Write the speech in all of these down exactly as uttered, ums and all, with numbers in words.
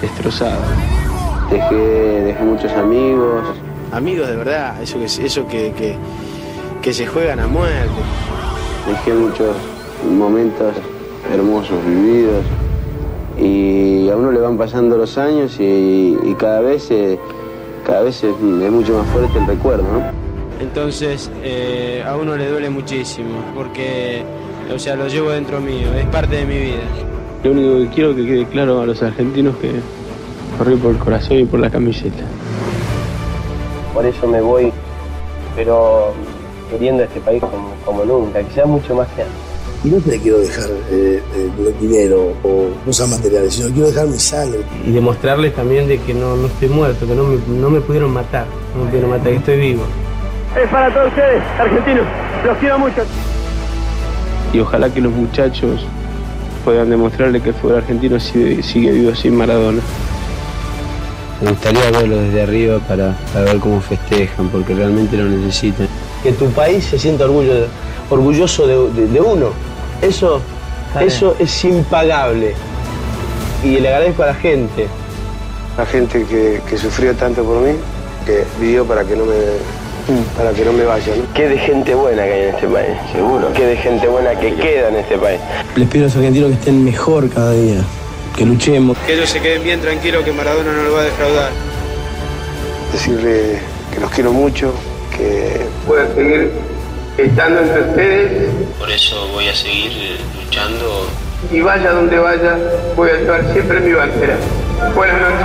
destrozado. Dejé, dejé muchos amigos. Amigos de verdad, eso que, eso que, que, que se juegan a muerte. Dejé muchos momentos hermosos vividos. Y a uno le van pasando los años y, y cada vez, eh, cada vez es, es mucho más fuerte el recuerdo, ¿no? Entonces eh, a uno le duele muchísimo porque, o sea, lo llevo dentro mío, es parte de mi vida. Lo único que quiero que quede claro a los argentinos que corrí por el corazón y por la camiseta. Por eso me voy, pero queriendo este país como, como nunca, que sea mucho más que antes. Y no te quiero dejar eh, eh, dinero o cosas materiales, sino quiero dejar mi sangre. Y demostrarles también de que no, no estoy muerto, que no me, no me pudieron matar, no me pudieron matar, que estoy vivo. Es para todos ustedes, argentinos, los quiero mucho. Y ojalá que los muchachos puedan demostrarle que el fútbol argentino sigue, sigue vivo sin Maradona. Me gustaría verlo desde arriba para, para ver cómo festejan, porque realmente lo necesitan. Que tu país se sienta orgullo, orgulloso de, de, de uno, eso, eso es impagable. Y le agradezco a la gente. La gente que, que sufrió tanto por mí, que vivió para que no me, para que no me vaya, ¿no? Qué de gente buena que hay en este país, seguro. Qué de gente buena que queda en este país. Les pido a los argentinos que estén mejor cada día, que luchemos. Que ellos se queden bien tranquilos, que Maradona no lo va a defraudar. Decirle que los quiero mucho, que puedan seguir estando entre ustedes. Por eso voy a seguir luchando. Y vaya donde vaya, voy a llevar siempre mi bandera. Buenas noches.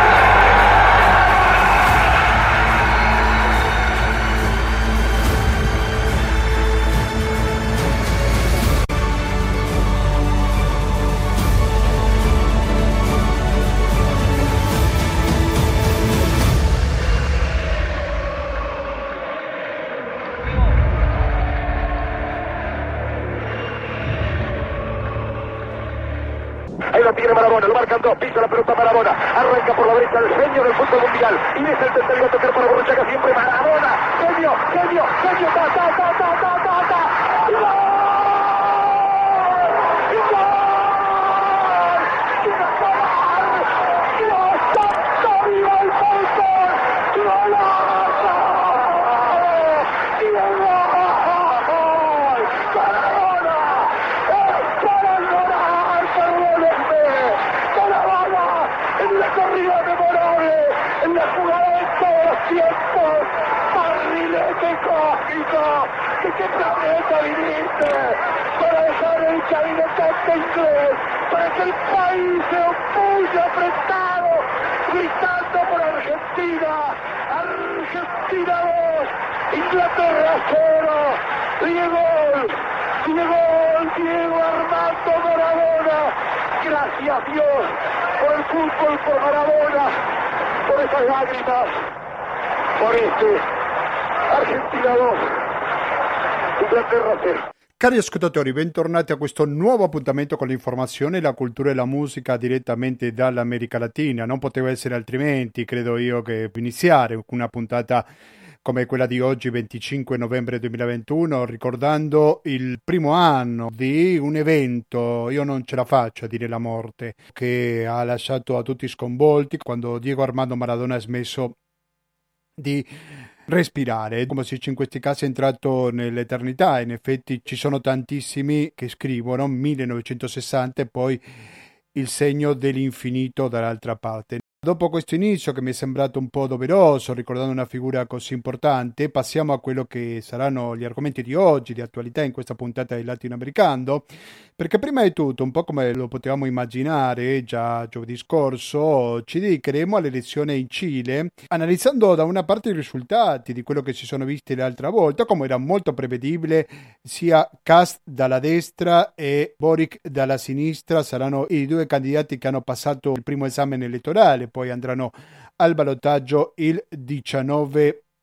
Ahí lo tiene Maradona, lo marcan dos, pisa la pelota Maradona, arranca por la derecha el genio del fútbol mundial, y es el tercero a tocar para Borruchaga, siempre Maradona, genio, genio, genio, ta, ta, ta, ta, ta, ta, ta, ¡gol! ¡Gol! ¡Quiero parar! ¡Dios santo, viva el fútbol! ¡Golazo! ¡Dios! ¡Maradona! ¡Es para llorar, perdónenme! ¡Maradona! ¡En la corrida memorable! ¡En la jugada de todos los tiempos! ¡Barrilete cósmico! ¿De qué planeta viniste? Para dejar el cabinetante inglés, para que el país se opulle apretado, gritando por Argentina. Argentina dos, Inglaterra cero. Diego, Diego, Diego Armando Maradona. Gracias Dios por el fútbol, por Maradona, por esas lágrimas, por este Argentina dos, Inglaterra cero. Cari ascoltatori, bentornati a questo nuovo appuntamento con l'informazione, la cultura e la musica direttamente dall'America Latina. Non poteva essere altrimenti, credo io, che iniziare una puntata come quella di oggi, venticinque novembre duemilaventuno, ricordando il primo anno di un evento, io non ce la faccio a dire la morte, che ha lasciato a tutti sconvolti quando Diego Armando Maradona ha smesso di respirare, come se in questi casi è entrato nell'eternità. In effetti ci sono tantissimi che scrivono millenovecentosessanta e poi il segno dell'infinito dall'altra parte. Dopo questo inizio che mi è sembrato un po' doveroso, ricordando una figura così importante, passiamo a quello che saranno gli argomenti di oggi, di attualità in questa puntata del Latinoamericano, perché prima di tutto, un po' come lo potevamo immaginare già giovedì scorso, ci dedicheremo all'elezione in Cile, analizzando da una parte i risultati di quello che si sono visti l'altra volta, come era molto prevedibile, sia Kast dalla destra e Boric dalla sinistra saranno i due candidati che hanno passato il primo esame elettorale, poi andranno al ballottaggio il diciannove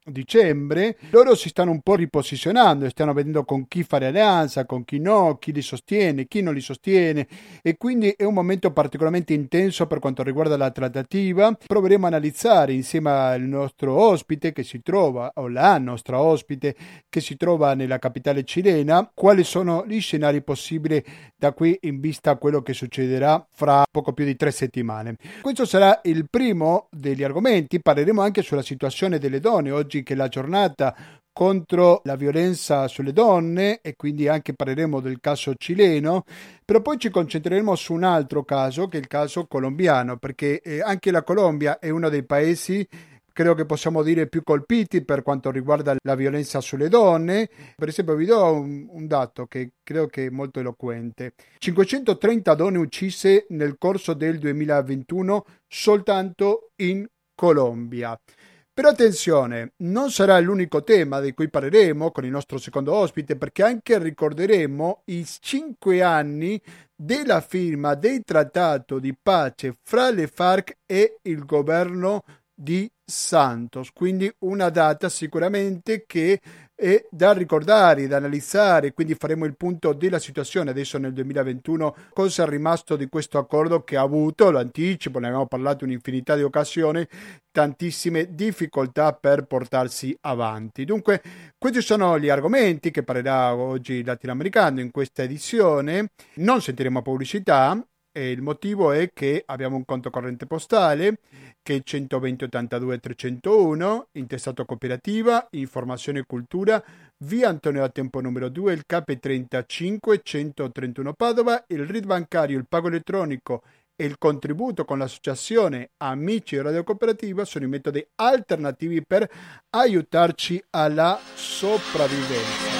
dicembre, loro si stanno un po' riposizionando, stanno vedendo con chi fare alleanza, con chi no, chi li sostiene, chi non li sostiene, e quindi è un momento particolarmente intenso per quanto riguarda la trattativa. Proveremo a analizzare insieme al nostro ospite che si trova, o la nostra ospite che si trova nella capitale cilena, quali sono gli scenari possibili da qui in vista a quello che succederà fra poco più di tre settimane. Questo sarà il primo degli argomenti. Parleremo anche sulla situazione delle donne oggi, che è la giornata contro la violenza sulle donne, e quindi anche parleremo del caso cileno, però poi ci concentreremo su un altro caso, che è il caso colombiano, perché eh, anche la Colombia è uno dei paesi, credo che possiamo dire, più colpiti per quanto riguarda la violenza sulle donne. Per esempio vi do un, un dato che credo che è molto eloquente: cinquecentotrenta donne uccise nel corso del duemilaventuno soltanto in Colombia. Però attenzione, non sarà l'unico tema di cui parleremo con il nostro secondo ospite, perché anche ricorderemo i cinque anni della firma del trattato di pace fra le FARC e il governo di Santos, quindi una data sicuramente che è da ricordare, da analizzare. Quindi faremo il punto della situazione adesso nel duemilaventuno, cosa è rimasto di questo accordo che ha avuto, lo anticipo, ne abbiamo parlato un'infinità di occasioni, tantissime difficoltà per portarsi avanti. Dunque questi sono gli argomenti che parlerà oggi Latinoamericano in questa edizione. Non sentiremo pubblicità. E il motivo è che abbiamo un conto corrente postale che è centoventi ottantadue trecentouno, intestato Cooperativa, Informazione e Cultura, via Antonio da Tempo numero due, il K trentacinque centotrentuno Padova, il R I D bancario, il pago elettronico e il contributo con l'associazione Amici Radio Cooperativa sono i metodi alternativi per aiutarci alla sopravvivenza.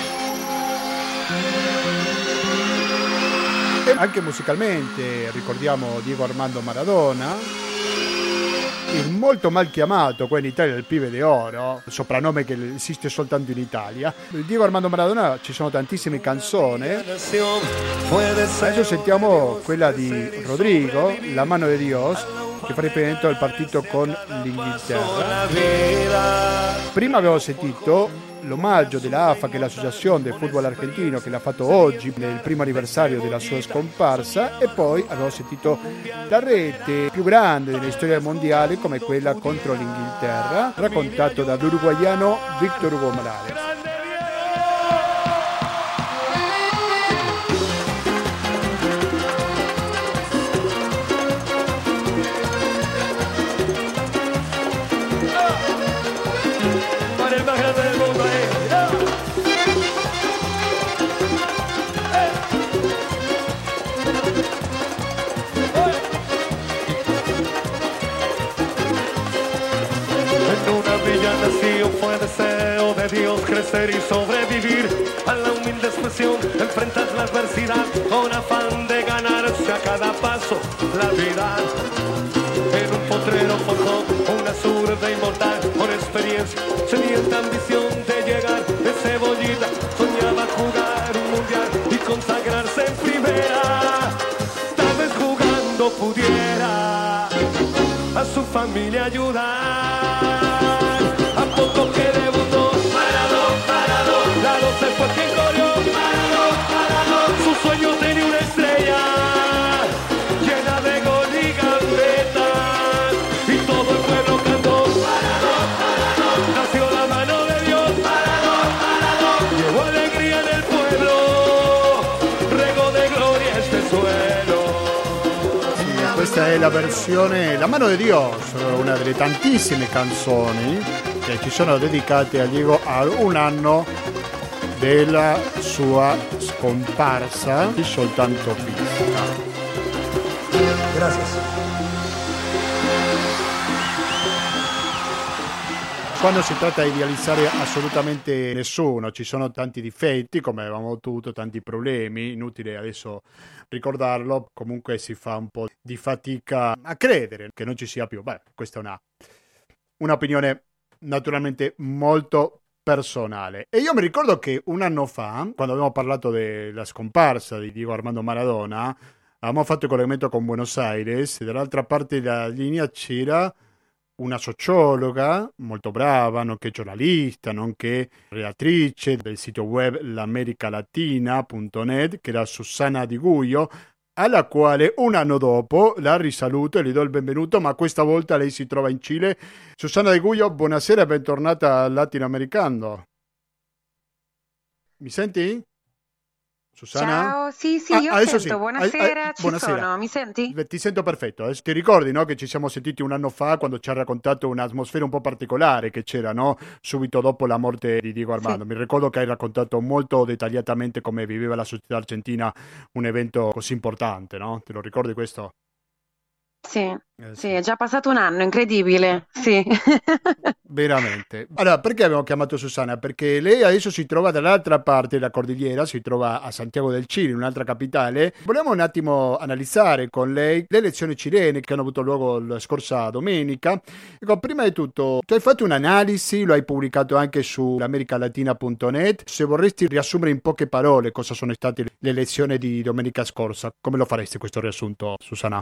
E anche musicalmente ricordiamo Diego Armando Maradona, il molto mal chiamato qua in Italia il Pibe de Oro, soprannome che esiste soltanto in Italia. Il Diego Armando Maradona ci sono tantissime canzoni. Adesso sentiamo quella di Rodrigo, La mano de Dios, che fa riferimento al partito con l'Inghilterra. Prima avevo sentito l'omaggio della A F A, che è l'associazione del football argentino, che l'ha fatto oggi nel primo anniversario della sua scomparsa, e poi avevo sentito la rete più grande della storia mondiale come quella contro l'Inghilterra, raccontato dall'uruguaiano Víctor Hugo Morales. Fue deseo de Dios crecer y sobrevivir a la humilde expresión, enfrentar la adversidad con afán de ganarse a cada paso la vida. En un potrero forjó una zurda inmortal con experiencia, sedienta ambición de llegar de cebollita, soñaba jugar un mundial y consagrarse en primera. Tal vez jugando pudiera a su familia ayudar. Poco que debutó, Maradona, Maradona, la doce fue quien corrió, Maradona, Maradona, su sueño tenía una estrella, llena de gol y gambetas, y todo el pueblo cantó, Maradona, Maradona, nació la mano de Dios, Maradona, Maradona, llevó alegría en el pueblo, regó de gloria este suelo. Sì, questa è la versione La mano di Dios, una delle tantissime canzoni che ci sono dedicate a Diego a un anno della sua scomparsa di soltanto fisica. Grazie. Quando si tratta di idealizzare assolutamente nessuno, ci sono tanti difetti, come avevamo avuto, tanti problemi, inutile adesso ricordarlo, comunque si fa un po' di fatica a credere che non ci sia più. Beh, questa è una, un'opinione naturalmente molto personale. E io mi ricordo che un anno fa, quando abbiamo parlato della scomparsa di Diego Armando Maradona, avevamo fatto il collegamento con Buenos Aires e dall'altra parte della linea c'era una sociologa molto brava, nonché giornalista, nonché redattrice del sito web l'americalatina punto net, che era Susanna Di Guio, alla quale un anno dopo la risaluto e le do il benvenuto, ma questa volta lei si trova in Cile. Susanna Di Guio, buonasera e bentornata al Latinoamericano. Mi senti? Susanna? Ciao, sì, sì, Ah, io adesso sento, sì. buonasera, Ah, ah, ci buonasera. sono, mi senti? Beh, ti sento perfetto. Eh. Ti ricordi, no, che ci siamo sentiti un anno fa quando ci ha raccontato un'atmosfera un po' particolare che c'era, no? Subito dopo la morte di Diego Armando. Sì. Mi ricordo che hai raccontato molto dettagliatamente come viveva la società argentina un evento così importante, no? Te lo ricordi questo? Sì, Eh, sì, sì. è già passato un anno, incredibile, sì. Veramente. Allora, perché abbiamo chiamato Susanna? Perché lei adesso si trova dall'altra parte della cordigliera, si trova a Santiago del Cile, in un'altra capitale. Vogliamo un attimo analizzare con lei le elezioni cilene che hanno avuto luogo la scorsa domenica. Ecco, prima di tutto, tu hai fatto un'analisi, lo hai pubblicato anche su l'americalatina punto net. Se vorresti riassumere in poche parole cosa sono state le elezioni di domenica scorsa, come lo faresti questo riassunto, Susanna?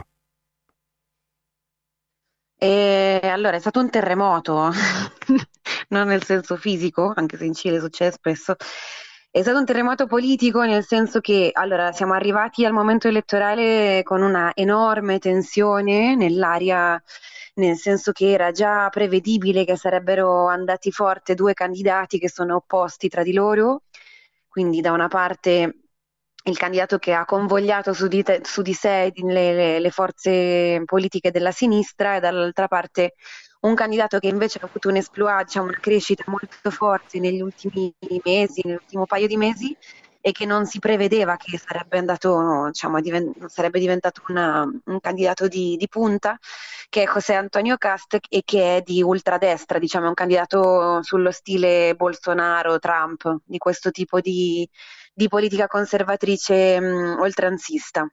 E allora è stato un terremoto, non nel senso fisico, anche se in Cile succede spesso. È stato un terremoto politico nel senso che allora, siamo arrivati al momento elettorale con una enorme tensione nell'aria, nel senso che era già prevedibile che sarebbero andati forte due candidati che sono opposti tra di loro, quindi da una parte il candidato che ha convogliato su di, te, su di sé le, le, le forze politiche della sinistra e dall'altra parte un candidato che invece ha avuto un exploit, diciamo, una crescita molto forte negli ultimi mesi, nell'ultimo paio di mesi, e che non si prevedeva che sarebbe andato, diciamo, divent- sarebbe diventato una, un candidato di, di punta, che è José Antonio Cast e che è di ultradestra, diciamo, è un candidato sullo stile Bolsonaro, Trump, di questo tipo di, di politica conservatrice mh, oltranzista.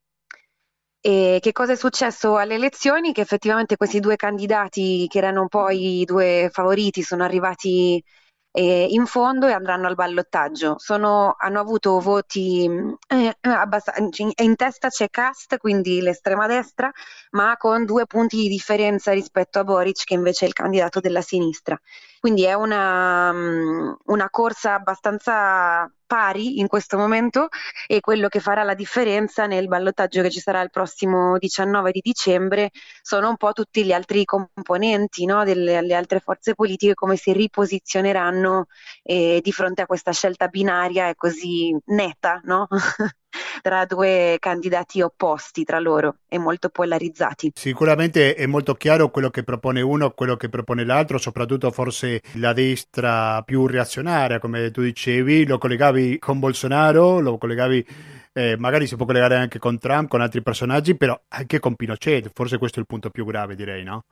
E che cosa è successo alle elezioni? Che effettivamente questi due candidati, che erano poi i due favoriti, sono arrivati eh, in fondo e andranno al ballottaggio. Sono, hanno avuto voti eh, abbastanza. In testa c'è Cast, quindi l'estrema destra, ma con due punti di differenza rispetto a Boric, che invece è il candidato della sinistra. Quindi è una, una corsa abbastanza pari in questo momento, e quello che farà la differenza nel ballottaggio che ci sarà il prossimo diciannove di dicembre sono un po' tutti gli altri componenti, no, delle, delle altre forze politiche, come si riposizioneranno eh, di fronte a questa scelta binaria e così netta, no? Tra due candidati opposti tra loro e molto polarizzati. Sicuramente è molto chiaro quello che propone uno, quello che propone l'altro, soprattutto forse la destra più reazionaria, come tu dicevi, lo collegavi con Bolsonaro, lo collegavi, eh, magari si può collegare anche con Trump, con altri personaggi, però anche con Pinochet, forse questo è il punto più grave, direi, no?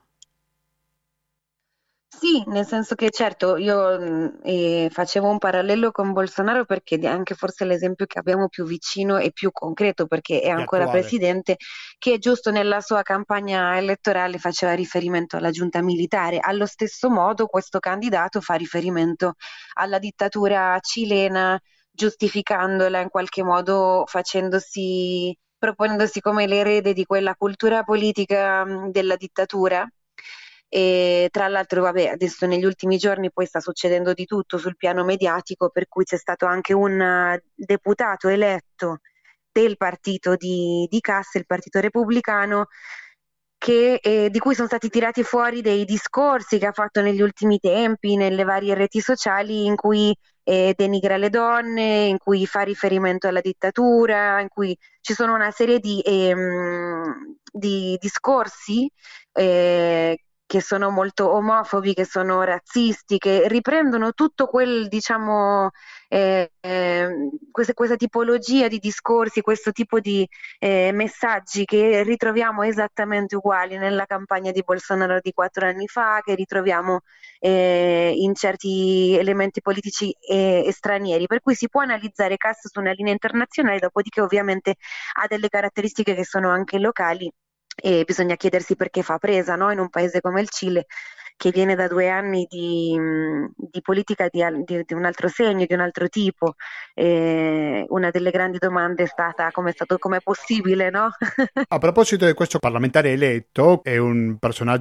Sì, nel senso che certo io mh, eh, facevo un parallelo con Bolsonaro perché è anche forse l'esempio che abbiamo più vicino e più concreto, perché è Che ancora attuale. presidente, che giusto nella sua campagna elettorale faceva riferimento alla giunta militare. Allo stesso modo questo candidato fa riferimento alla dittatura cilena, giustificandola in qualche modo, facendosi, proponendosi come l'erede di quella cultura politica mh, della dittatura. E tra l'altro, vabbè, adesso negli ultimi giorni poi sta succedendo di tutto sul piano mediatico, per cui c'è stato anche un uh, deputato eletto del partito di, di Cast, il partito repubblicano, che, eh, di cui sono stati tirati fuori dei discorsi che ha fatto negli ultimi tempi nelle varie reti sociali, in cui eh, denigra le donne, in cui fa riferimento alla dittatura, in cui ci sono una serie di, ehm, di discorsi eh, che sono molto omofobi, che sono razzisti, che riprendono tutto quel, diciamo, eh, eh, questa, questa tipologia di discorsi, questo tipo di eh, messaggi che ritroviamo esattamente uguali nella campagna di Bolsonaro di quattro anni fa, che ritroviamo eh, in certi elementi politici eh, stranieri, per cui si può analizzare Cast su una linea internazionale, dopodiché ovviamente ha delle caratteristiche che sono anche locali. E bisogna chiedersi perché fa presa, no? In un paese come il Cile, che viene da due anni di, di politica di, di, di un altro segno, di un altro tipo. E una delle grandi domande è stata come è stato, com'è possibile, no? A proposito di questo parlamentare eletto, è un personaggio che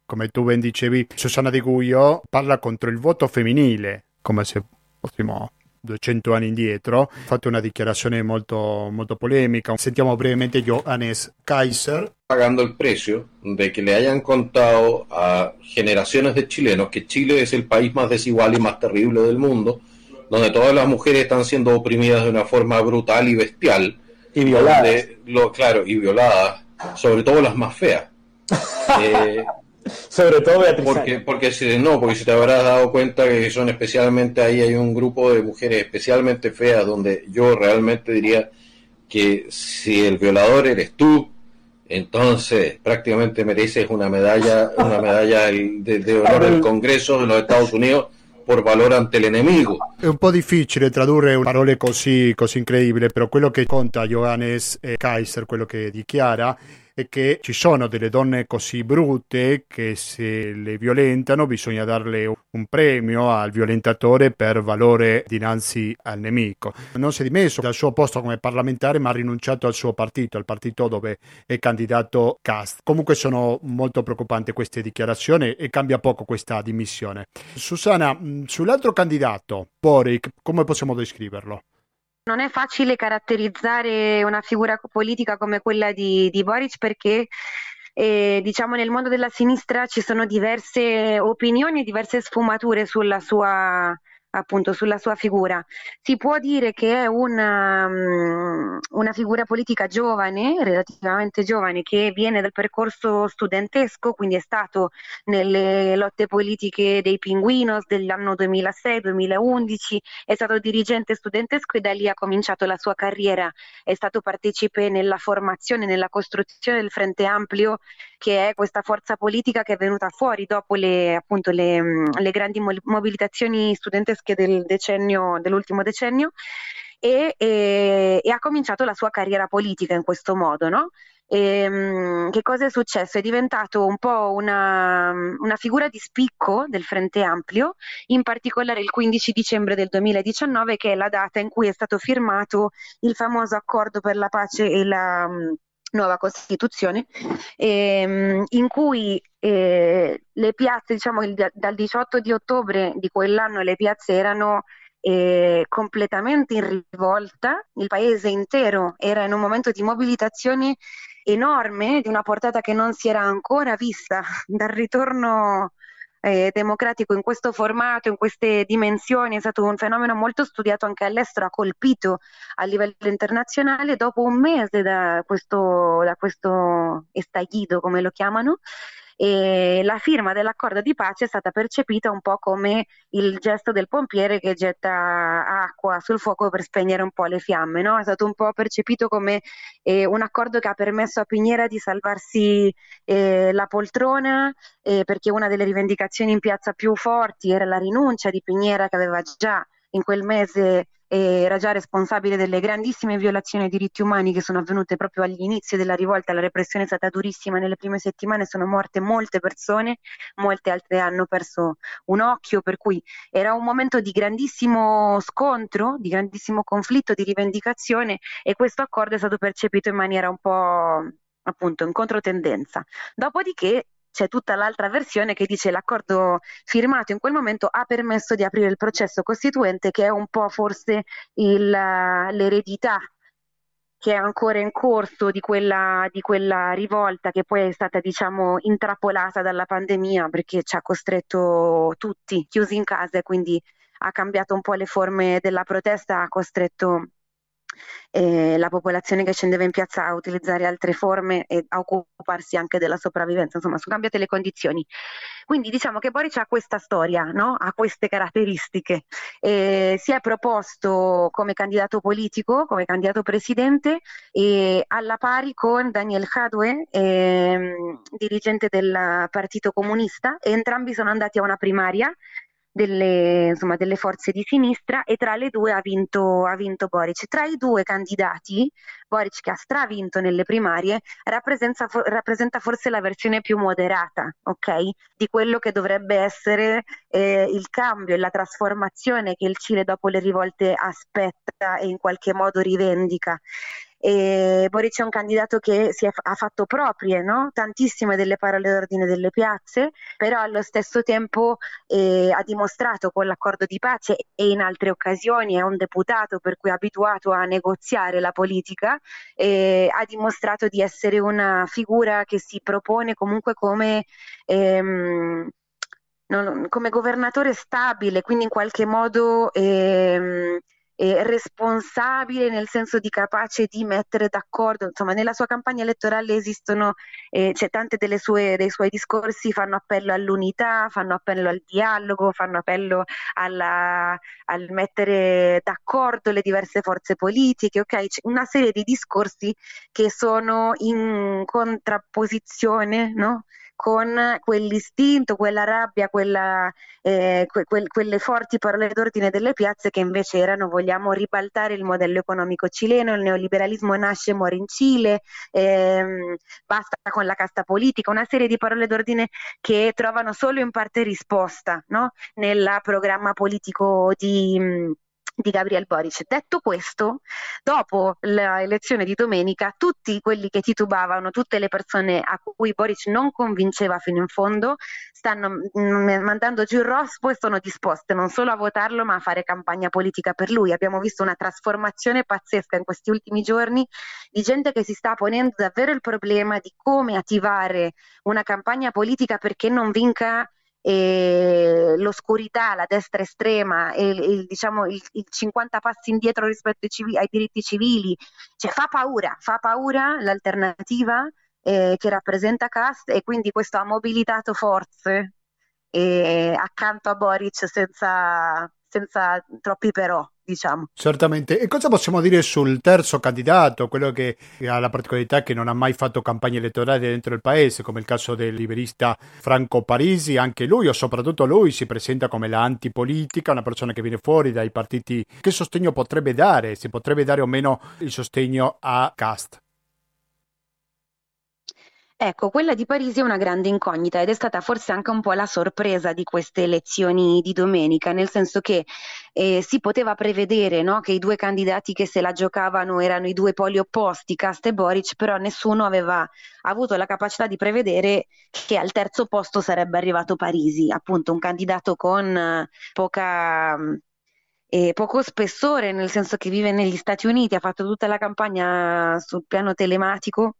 come tu ben dicevi, Susanna Di Guio parla contro il voto femminile, come se fossimo duecento anni indietro. Ha fatto una dichiarazione molto, molto polemica. Sentiamo brevemente Johannes Kaiser. Pagando el precio de que le hayan contado a generaciones de chilenos que Chile es el país más desigual y más terrible del mundo, donde todas las mujeres están siendo oprimidas de una forma brutal y bestial. Y violadas. Donde, lo, claro, y violadas, sobre todo las más feas. eh, Sobre todo Beatriz. Porque, porque si, no, porque si te habrás dado cuenta que son especialmente ahí, hay un grupo de mujeres especialmente feas, donde yo realmente diría que si el violador eres tú, entonces prácticamente mereces una medalla, una medalla de, de honor del Congreso de los Estados Unidos por valore ante l'enemico. È un po' difficile tradurre parole così, così incredibili, però quello che conta Johannes Kaiser, quello che dichiara, è che ci sono delle donne così brutte che se le violentano bisogna darle un premio al violentatore per valore dinanzi al nemico. Non si è dimesso dal suo posto come parlamentare, ma ha rinunciato al suo partito, al partito dove è candidato Cast. Comunque sono molto preoccupanti queste dichiarazioni e cambia poco questa dimissione. Susanna, sull'altro candidato, Boric, come possiamo descriverlo? Non è facile caratterizzare una figura politica come quella di, di Boric perché eh, diciamo nel mondo della sinistra ci sono diverse opinioni e diverse sfumature sulla sua, appunto, sulla sua figura. Si può dire che è una, um, una figura politica giovane, relativamente giovane, che viene dal percorso studentesco, quindi è stato nelle lotte politiche dei Pinguinos dell'anno duemilasei duemilaundici, è stato dirigente studentesco e da lì ha cominciato la sua carriera, è stato partecipe nella formazione, nella costruzione del Frente Amplio, che è questa forza politica che è venuta fuori dopo le, appunto, le, le grandi mobilitazioni studentesche del decennio, dell'ultimo decennio e, e, e ha cominciato la sua carriera politica in questo modo, no? E, che cosa è successo? È diventato un po' una, una figura di spicco del Frente Amplio, in particolare il quindici dicembre del duemiladiciannove, che è la data in cui è stato firmato il famoso accordo per la pace e la nuova Costituzione, ehm, in cui eh, le piazze, diciamo il, dal diciotto di ottobre di quell'anno le piazze erano eh, completamente in rivolta, il paese intero era in un momento di mobilitazione enorme, di una portata che non si era ancora vista dal ritorno Eh, democratico in questo formato, in queste dimensioni. È stato un fenomeno molto studiato anche all'estero, ha colpito a livello internazionale. Dopo un mese da questo, da questo estallido, come lo chiamano, e la firma dell'accordo di pace è stata percepita un po' come il gesto del pompiere che getta acqua sul fuoco per spegnere un po' le fiamme, no? È stato un po' percepito come eh, un accordo che ha permesso a Piñera di salvarsi eh, la poltrona, eh, perché una delle rivendicazioni in piazza più forti era la rinuncia di Piñera, che aveva già in quel mese era già responsabile delle grandissime violazioni ai diritti umani che sono avvenute proprio all'inizio della rivolta. La repressione è stata durissima, nelle prime settimane sono morte molte persone, molte altre hanno perso un occhio, per cui era un momento di grandissimo scontro, di grandissimo conflitto, di rivendicazione, e questo accordo è stato percepito in maniera un po' appunto in controtendenza. Dopodiché c'è tutta l'altra versione che dice l'accordo firmato in quel momento ha permesso di aprire il processo costituente, che è un po' forse il, l'eredità che è ancora in corso di quella, di quella rivolta che poi è stata, diciamo, intrappolata dalla pandemia, perché ci ha costretto tutti chiusi in casa e quindi ha cambiato un po' le forme della protesta, ha costretto Eh, la popolazione che scendeva in piazza a utilizzare altre forme e a occuparsi anche della sopravvivenza, insomma sono cambiate le condizioni. Quindi diciamo che Boric ha questa storia, no? Ha queste caratteristiche, eh, si è proposto come candidato politico, come candidato presidente, e alla pari con Daniel Jadwe, eh, dirigente del Partito Comunista, e entrambi sono andati a una primaria Delle, insomma, delle forze di sinistra, e tra le due ha vinto, ha vinto Boric. Tra i due candidati, Boric, che ha stravinto nelle primarie, rappresenta, rappresenta forse la versione più moderata, ok? Di quello che dovrebbe essere eh, il cambio e la trasformazione che il Cile dopo le rivolte aspetta e in qualche modo rivendica. E Boric è un candidato che si è, ha fatto proprie, no? Tantissime delle parole d'ordine delle piazze, però allo stesso tempo eh, ha dimostrato con l'accordo di pace e in altre occasioni è un deputato per cui è abituato a negoziare la politica, eh, ha dimostrato di essere una figura che si propone comunque come ehm, non, come governatore stabile, quindi in qualche modo ehm, eh, responsabile, nel senso di capace di mettere d'accordo. Insomma, nella sua campagna elettorale esistono, eh, c'è tante delle sue, dei suoi discorsi fanno appello all'unità, fanno appello al dialogo, fanno appello alla, al mettere d'accordo le diverse forze politiche, ok? C'è una serie di discorsi che sono in contrapposizione, no? Con quell'istinto, quella rabbia, quella, eh, que, que, quelle forti parole d'ordine delle piazze che invece erano: vogliamo ribaltare il modello economico cileno, il neoliberalismo nasce e muore in Cile, ehm, basta con la casta politica, una serie di parole d'ordine che trovano solo in parte risposta, no? Nel programma politico di... di Gabriel Boric. Detto questo, dopo l'elezione di domenica, tutti quelli che titubavano, tutte le persone a cui Boric non convinceva fino in fondo, stanno m- mandando giù il rospo e sono disposte non solo a votarlo ma a fare campagna politica per lui. Abbiamo visto una trasformazione pazzesca in questi ultimi giorni di gente che si sta ponendo davvero il problema di come attivare una campagna politica perché non vinca e l'oscurità, la destra estrema e il, diciamo, il, il cinquanta passi indietro rispetto ai, civi- ai diritti civili. Cioè fa paura, fa paura l'alternativa eh, che rappresenta Cast, e quindi questo ha mobilitato forze eh, accanto a Boric senza, senza troppi però, diciamo. Certamente. E cosa possiamo dire sul terzo candidato, quello che ha la particolarità che non ha mai fatto campagna elettorale dentro il paese, come il caso del liberista Franco Parisi? Anche lui, o soprattutto lui, si presenta come la antipolitica, una persona che viene fuori dai partiti. Che sostegno potrebbe dare? Si potrebbe dare o meno il sostegno a Cast? Ecco, quella di Parisi è una grande incognita ed è stata forse anche un po' la sorpresa di queste elezioni di domenica, nel senso che eh, si poteva prevedere, no, che i due candidati che se la giocavano erano i due poli opposti, Cast e Boric, però nessuno aveva avuto la capacità di prevedere che al terzo posto sarebbe arrivato Parisi, appunto un candidato con eh, poca... E poco spessore, nel senso che vive negli Stati Uniti, ha fatto tutta la campagna sul piano telematico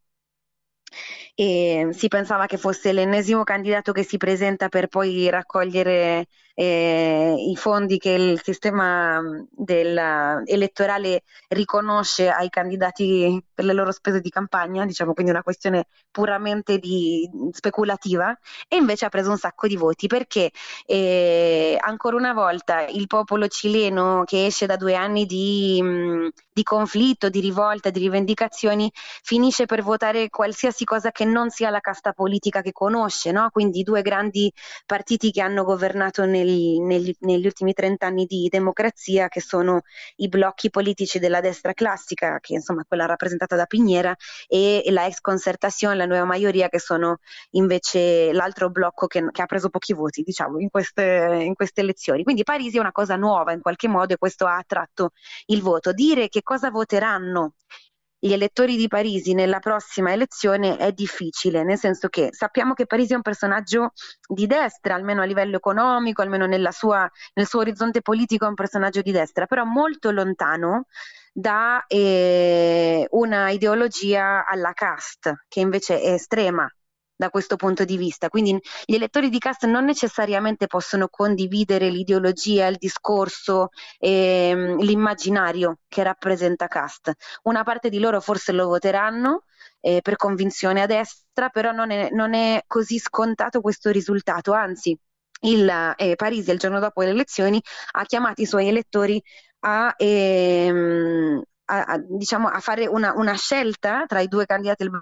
e si pensava che fosse l'ennesimo candidato che si presenta per poi raccogliere eh, i fondi che il sistema del, elettorale riconosce ai candidati per le loro spese di campagna, diciamo, quindi una questione puramente di, speculativa, e invece ha preso un sacco di voti perché eh, ancora una volta il popolo cileno, che esce da due anni di, mh, di conflitto, di rivolta, di rivendicazioni, finisce per votare qualsiasi cosa che non sia la casta politica che conosce, no? Quindi i due grandi partiti che hanno governato negli, negli, negli ultimi trent'anni di democrazia, che sono i blocchi politici della destra classica, che insomma quella rappresentata da Piñera, e la ex Concertación, la nuova maggioria, che sono invece l'altro blocco che, che ha preso pochi voti, diciamo, in queste, in queste elezioni. Quindi Parisi è una cosa nuova in qualche modo e questo ha attratto il voto. Dire che cosa voteranno gli elettori di Parisi nella prossima elezione è difficile, nel senso che sappiamo che Parisi è un personaggio di destra, almeno a livello economico, almeno nella sua, nel suo orizzonte politico è un personaggio di destra, però molto lontano da eh, una ideologia alla Cast, che invece è estrema da questo punto di vista. Quindi gli elettori di Cast non necessariamente possono condividere l'ideologia, il discorso, ehm, l'immaginario che rappresenta Cast. Una parte di loro forse lo voteranno eh, per convinzione a destra, però non è, non è così scontato questo risultato, anzi il, eh, Parisi il giorno dopo le elezioni ha chiamato i suoi elettori a, ehm, a, a, diciamo, a fare una, una scelta tra i due candidati del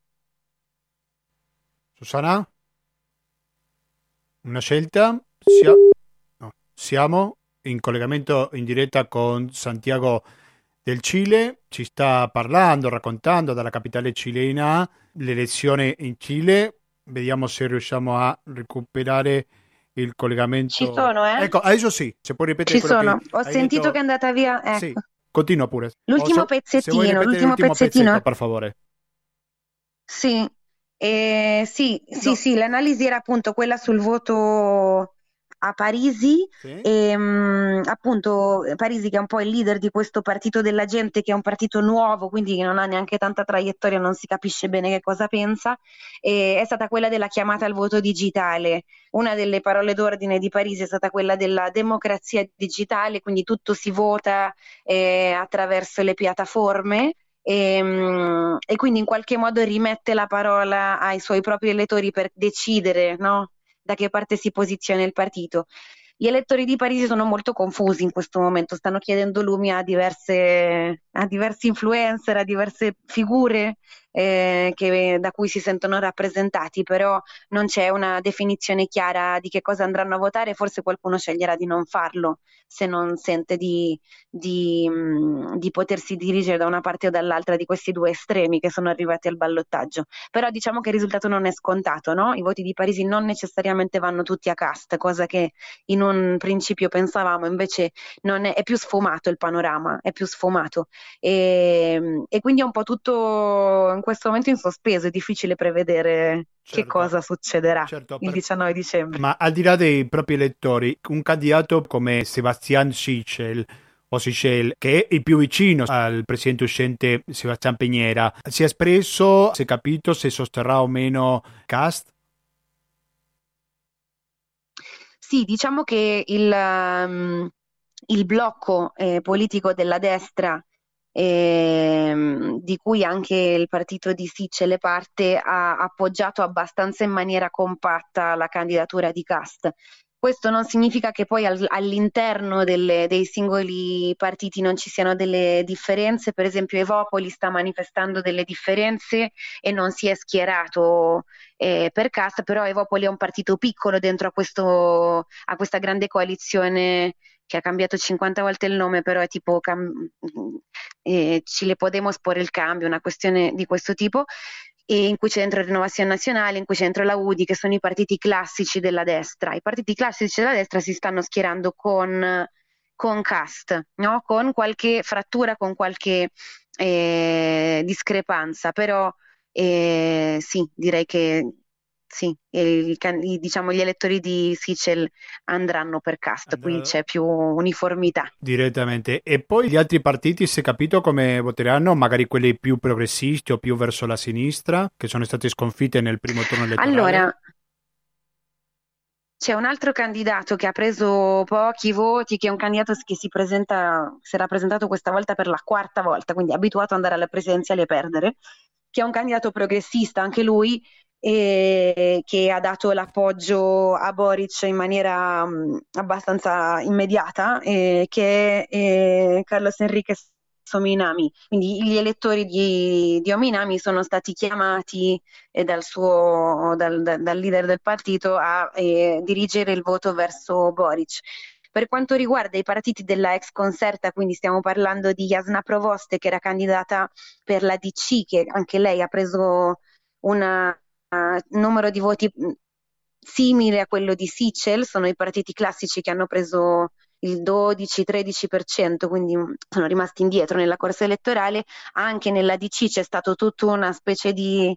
Susana? Una scelta? Sia... no. Siamo in collegamento in diretta con Santiago del Cile, ci sta parlando, raccontando dalla capitale cilena l'elezione in Cile. Vediamo se riusciamo a recuperare il collegamento. Ci sono, eh? Ecco, adesso sì, se puoi ripetere Ci quello sono. che Ho hai sentito detto. che è andata via. Ecco. Sì. continua pure. L'ultimo O se- se pezzettino, vuoi ripetere l'ultimo l'ultimo pezzettino. pezzetto, per favore. Sì, eh, sì, sì, sì, l'analisi era appunto quella sul voto a Parisi, e, mh, appunto Parisi che è un po' il leader di questo partito della gente, che è un partito nuovo, quindi che non ha neanche tanta traiettoria, non si capisce bene che cosa pensa, e è stata quella della chiamata al voto digitale. Una delle parole d'ordine di Parisi è stata quella della democrazia digitale, quindi tutto si vota eh, attraverso le piattaforme. E, mm, e quindi in qualche modo rimette la parola ai suoi propri elettori per decidere, no, da che parte si posiziona il partito. Gli elettori di Parigi sono molto confusi in questo momento, stanno chiedendo lumi a diverse, a diversi influencer, a diverse figure eh, che- da cui si sentono rappresentati, però non c'è una definizione chiara di che cosa andranno a votare. Forse qualcuno sceglierà di non farlo se non sente di, di, mh, di potersi dirigere da una parte o dall'altra di questi due estremi che sono arrivati al ballottaggio. Però diciamo che il risultato non è scontato, no? I voti di Parisi non necessariamente vanno tutti a cast, cosa che in un principio pensavamo, invece non è, è più sfumato il panorama, è più sfumato. E, e quindi è un po' tutto in questo momento in sospeso, è difficile prevedere che Certo. cosa succederà Certo, il per- diciannove dicembre. Ma al di là dei propri elettori, un candidato come Sebastian Sichel, o Sichel, che è il più vicino al presidente uscente Sebastián Piñera, si è espresso, si è capito se sosterrà o meno Cast? Sì, diciamo che il, ehm, il blocco eh, politico della destra, ehm, di cui anche il partito di Sichel è parte, ha appoggiato abbastanza in maniera compatta la candidatura di Cast. Questo non significa che poi al- all'interno delle- dei singoli partiti non ci siano delle differenze. Per esempio Evopoli sta manifestando delle differenze e non si è schierato eh, per Cast, però Evopoli è un partito piccolo dentro a, questo, a questa grande coalizione che ha cambiato cinquanta volte il nome, però è tipo cam- eh, Chile Podemos por el Cambio, una questione di questo tipo, e in cui c'è dentro Rinnovazione Nazionale, in cui c'è dentro la U D I, che sono i partiti classici della destra. I partiti classici della destra si stanno schierando con, con Cast, no? Con qualche frattura, con qualche eh, discrepanza, però eh, sì, direi che sì, il can- i- diciamo gli elettori di Sichel andranno per Cast, qui c'è più uniformità. Direttamente. E poi gli altri partiti, si è capito come voteranno? Magari quelli più progressisti o più verso la sinistra, che sono stati sconfitti nel primo turno elettorale? Allora, c'è un altro candidato che ha preso pochi voti, che è un candidato che si presenta, si era presentato questa volta per la quarta volta, quindi è abituato ad andare alle presidenziali e perdere, che è un candidato progressista anche lui, e che ha dato l'appoggio a Boric in maniera mh, abbastanza immediata, e che è eh, Carlos Enriquez Ominami. Quindi gli elettori di, di Ominami sono stati chiamati eh, dal, suo, dal, dal- dal leader del partito a eh, dirigere il voto verso Boric. Per quanto riguarda i partiti della ex Concerta, quindi stiamo parlando di Jasna Provoste, che era candidata per la D C, che anche lei ha preso un numero di voti mh, simile a quello di Sichel, sono i partiti classici che hanno preso il dodici-tredici per cento, quindi mh, sono rimasti indietro nella corsa elettorale. Anche nella D C c'è stato tutta una specie di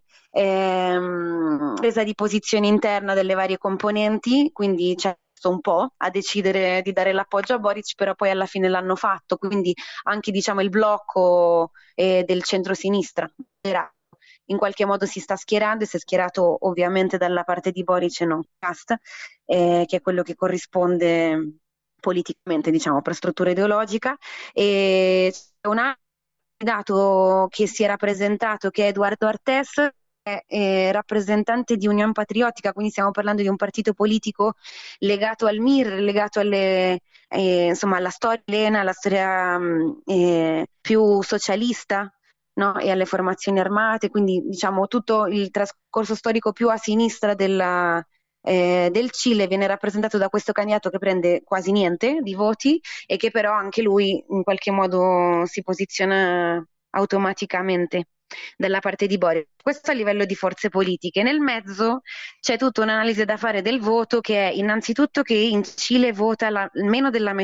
ehm, presa di posizione interna delle varie componenti, quindi c'è un po' a decidere di dare l'appoggio a Boric, però poi alla fine l'hanno fatto, quindi anche diciamo il blocco eh, del centro-sinistra era in qualche modo si sta schierando, e si è schierato ovviamente dalla parte di Boric e non Cast, eh, che è quello che corrisponde politicamente, diciamo, per struttura ideologica. E c'è un altro candidato che si è rappresentato, che è Eduardo Artés, è eh, rappresentante di Unione Patriottica, quindi stiamo parlando di un partito politico legato al M I R, legato alle, eh, insomma, alla storia elena, alla storia mh, eh, più socialista, no? E alle formazioni armate, quindi diciamo tutto il trascorso storico più a sinistra della, eh, del Cile viene rappresentato da questo candidato che prende quasi niente di voti e che però anche lui in qualche modo si posiziona automaticamente dalla parte di Boric. Questo a livello di forze politiche. Nel mezzo c'è tutta un'analisi da fare del voto, che è innanzitutto che in Cile vota la, meno della metà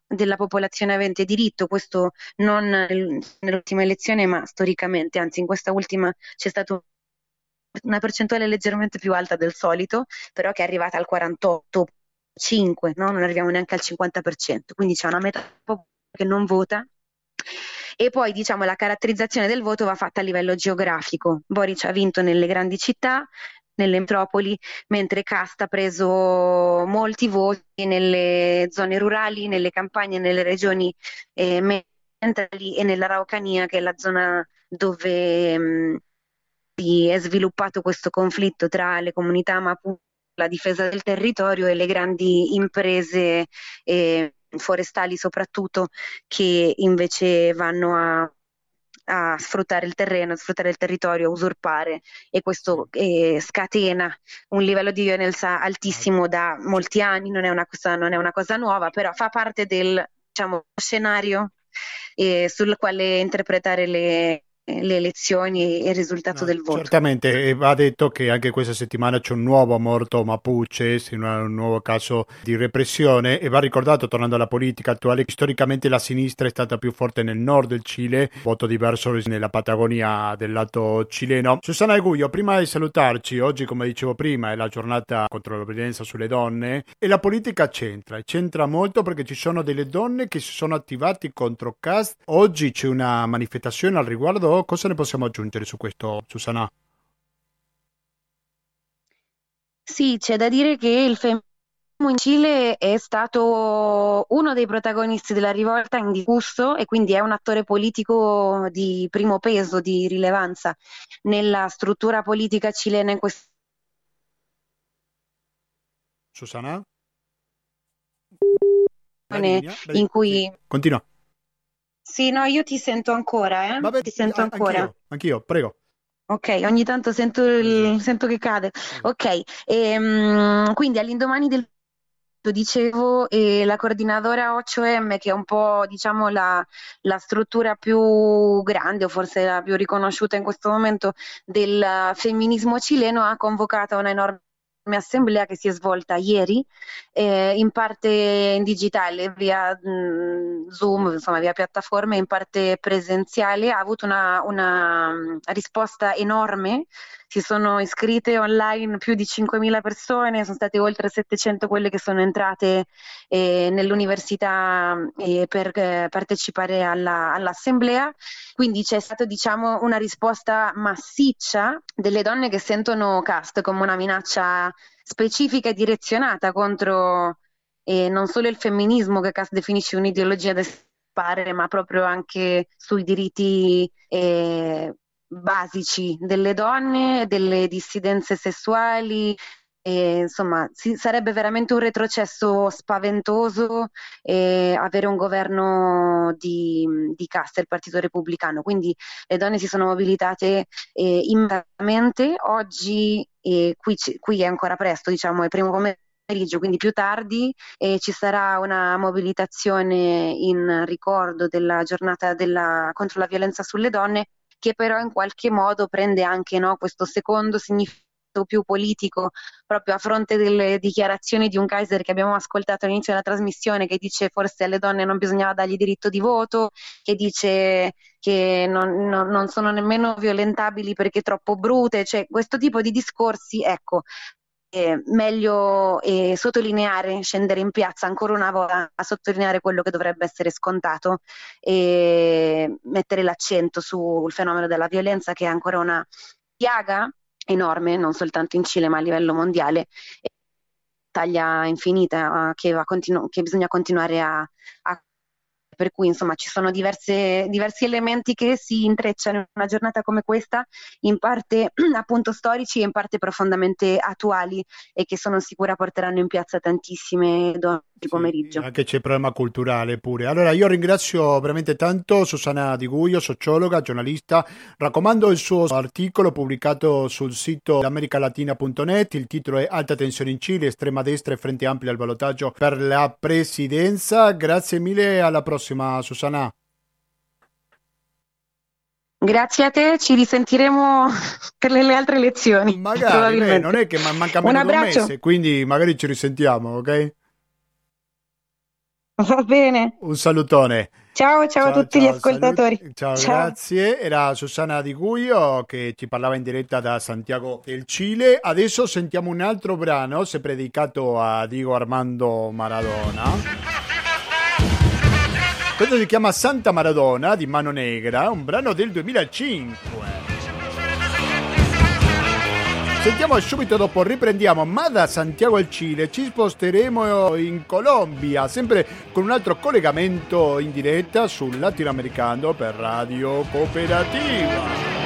della popolazione avente diritto, questo non nell'ultima elezione ma storicamente, anzi in questa ultima c'è stata una percentuale leggermente più alta del solito, però che è arrivata al quarantotto virgola cinque, no? Non arriviamo neanche al cinquanta per cento, quindi c'è una metà che non vota. E poi diciamo la caratterizzazione del voto va fatta a livello geografico. Boric ha vinto nelle grandi città, nelle metropoli, mentre Cast ha preso molti voti nelle zone rurali, nelle campagne, nelle regioni eh, mediali e nell'Araucanía, che è la zona dove mh, è sviluppato questo conflitto tra le comunità Mapuche, la difesa del territorio e le grandi imprese eh, forestali soprattutto, che invece vanno a, a sfruttare il terreno, a sfruttare il territorio, a usurpare, e questo eh, scatena un livello di violenza altissimo da molti anni. Non è una cosa, non è una cosa nuova, però fa parte del, diciamo, scenario eh, sul quale interpretare le le elezioni e il risultato no, del voto. Certamente, va detto che anche questa settimana c'è un nuovo morto mapuche, un nuovo caso di repressione, e va ricordato, tornando alla politica attuale, che storicamente la sinistra è stata più forte nel nord del Cile, voto diverso nella Patagonia del lato cileno. Susana Agullò, prima di salutarci, oggi come dicevo prima è la giornata contro la violenza sulle donne e la politica c'entra, c'entra molto perché ci sono delle donne che si sono attivate contro Cast. Oggi c'è una manifestazione al riguardo. Cosa ne possiamo aggiungere su questo, Susana? Sì, c'è da dire che il femminismo in Cile è stato uno dei protagonisti della rivolta indiscusso e quindi è un attore politico di primo peso, di rilevanza nella struttura politica cilena in questo. Susana? In cui... Continua. Sì, no, io ti sento ancora, eh? Vabbè, ti sento ancora. Anch'io, anch'io, prego. Ok, ogni tanto sento, il, sento che cade. Ok, e, um, quindi all'indomani del dicevo, eh, la coordinadora otto emme, che è un po', diciamo, la, la struttura più grande o forse la più riconosciuta in questo momento del femminismo cileno, ha convocato una enorme assemblea che si è svolta ieri, eh, in parte in digitale via mh, Zoom, insomma via piattaforme, in parte presenziale. Ha avuto una, una risposta enorme, si sono iscritte online più di cinquemila persone, sono state oltre settecento quelle che sono entrate eh, nell'università eh, per eh, partecipare alla, all'assemblea, quindi c'è stata, diciamo, una risposta massiccia delle donne che sentono Cast come una minaccia specifica e direzionata contro eh, non solo il femminismo, che Cast definisce un'ideologia da sparare, ma proprio anche sui diritti eh, basici delle donne, delle dissidenze sessuali. E, insomma, si, sarebbe veramente un retrocesso spaventoso eh, avere un governo di, di Cast, il Partito Repubblicano. Quindi le donne si sono mobilitate eh, immediatamente. Oggi eh, qui, qui è ancora presto, diciamo, è primo pomeriggio, quindi più tardi eh, ci sarà una mobilitazione in ricordo della giornata della, contro la violenza sulle donne, che però in qualche modo prende anche, no, questo secondo significato più politico, proprio a fronte delle dichiarazioni di un Kaiser che abbiamo ascoltato all'inizio della trasmissione, che dice forse alle donne non bisognava dargli diritto di voto, che dice che non, non, non sono nemmeno violentabili perché troppo brute, cioè questo tipo di discorsi, ecco, è meglio eh, sottolineare, scendere in piazza ancora una volta a sottolineare quello che dovrebbe essere scontato e mettere l'accento sul fenomeno della violenza, che è ancora una piaga enorme, non soltanto in Cile ma a livello mondiale, taglia infinita che, va continu- che bisogna continuare a, a per cui insomma ci sono diverse, diversi elementi che si intrecciano in una giornata come questa, in parte appunto storici e in parte profondamente attuali, e che sono sicura porteranno in piazza tantissime donne di pomeriggio. Sì, anche c'è il problema culturale pure. Allora io ringrazio veramente tanto Susana Di Guglio, sociologa, giornalista. Raccomando il suo articolo pubblicato sul sito americalatina punto net. Il titolo è Alta tensione in Cile, estrema destra e frente ampia al ballottaggio per la presidenza. Grazie mille, alla prossima Susana. Grazie a te, ci risentiremo per le, le altre elezioni. Magari, eh, non è che manca meno di un mese, quindi magari ci risentiamo, ok? Va bene. Un salutone. Ciao, ciao, a tutti ciao, gli ascoltatori. Saluti. Ciao, ciao, grazie. Era Susanna Di Guio che ci parlava in diretta da Santiago del Cile. Adesso sentiamo un altro brano, sempre dedicato a Diego Armando Maradona. Questo si chiama Santa Maradona di Mano Negra, un brano del duemilacinque. Sentiamo subito dopo, riprendiamo, ma da Santiago al Cile ci sposteremo in Colombia, sempre con un altro collegamento in diretta sul latinoamericano per Radio Cooperativa.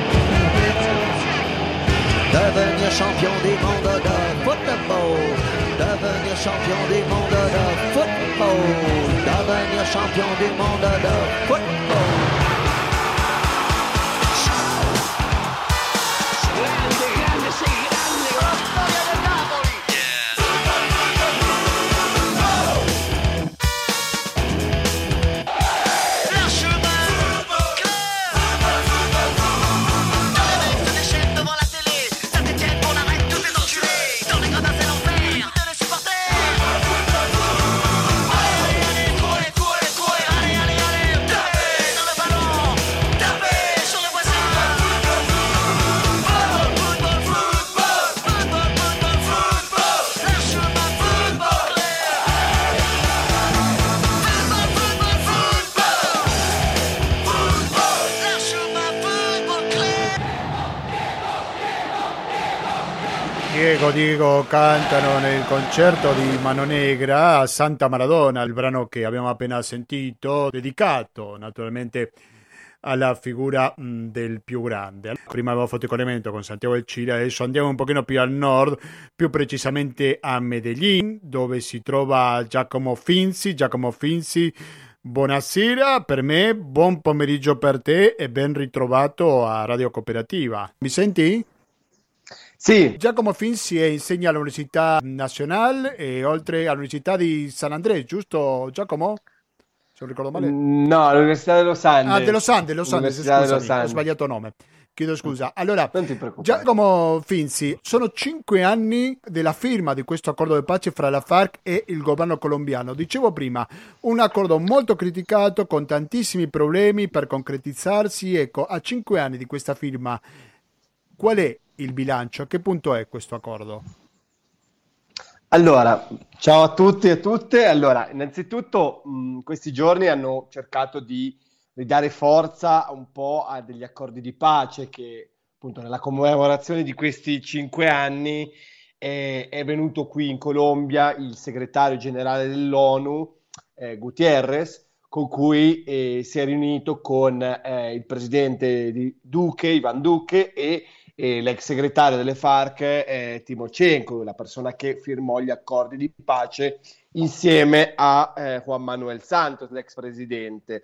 Devenir champion du monde de football, devenir champion du monde de football, devenir champion du monde de football. Diego, Diego cantano nel concerto di Mano Negra a Santa Maradona, il brano che abbiamo appena sentito, dedicato naturalmente alla figura mh, del più grande. Prima avevo fatto il collegamento con Santiago del Cile, adesso andiamo un pochino più al nord, più precisamente a Medellin, dove si trova Giacomo Finzi. Giacomo Finzi, buonasera per me, buon pomeriggio per te e ben ritrovato a Radio Cooperativa. Mi senti? Sì. Giacomo Finzi insegna all'Università Nazionale e oltre all'Università di San Andrés, giusto Giacomo? Se non ricordo male. No, all'Università dello Andes. Ah, dello Andes, Los Andes, scusami, ho sbagliato nome. Chiedo scusa. Allora, Giacomo Finzi, sono cinque anni della firma di questo accordo di pace fra la FARC e il governo colombiano. Dicevo prima, un accordo molto criticato, con tantissimi problemi per concretizzarsi. Ecco, a cinque anni di questa firma, qual è il bilancio? A che punto è questo accordo? Allora, ciao a tutti e a tutte. Allora, innanzitutto, mh, questi giorni hanno cercato di ridare forza un po' a degli accordi di pace che, appunto, nella commemorazione di questi cinque anni è, è venuto qui in Colombia il segretario generale dell'ONU, eh, Gutiérrez, con cui eh, si è riunito con eh, il presidente di Duque, Ivan Duque, e e l'ex segretario delle FARC eh, Timochenko, la persona che firmò gli accordi di pace insieme a eh, Juan Manuel Santos, l'ex presidente.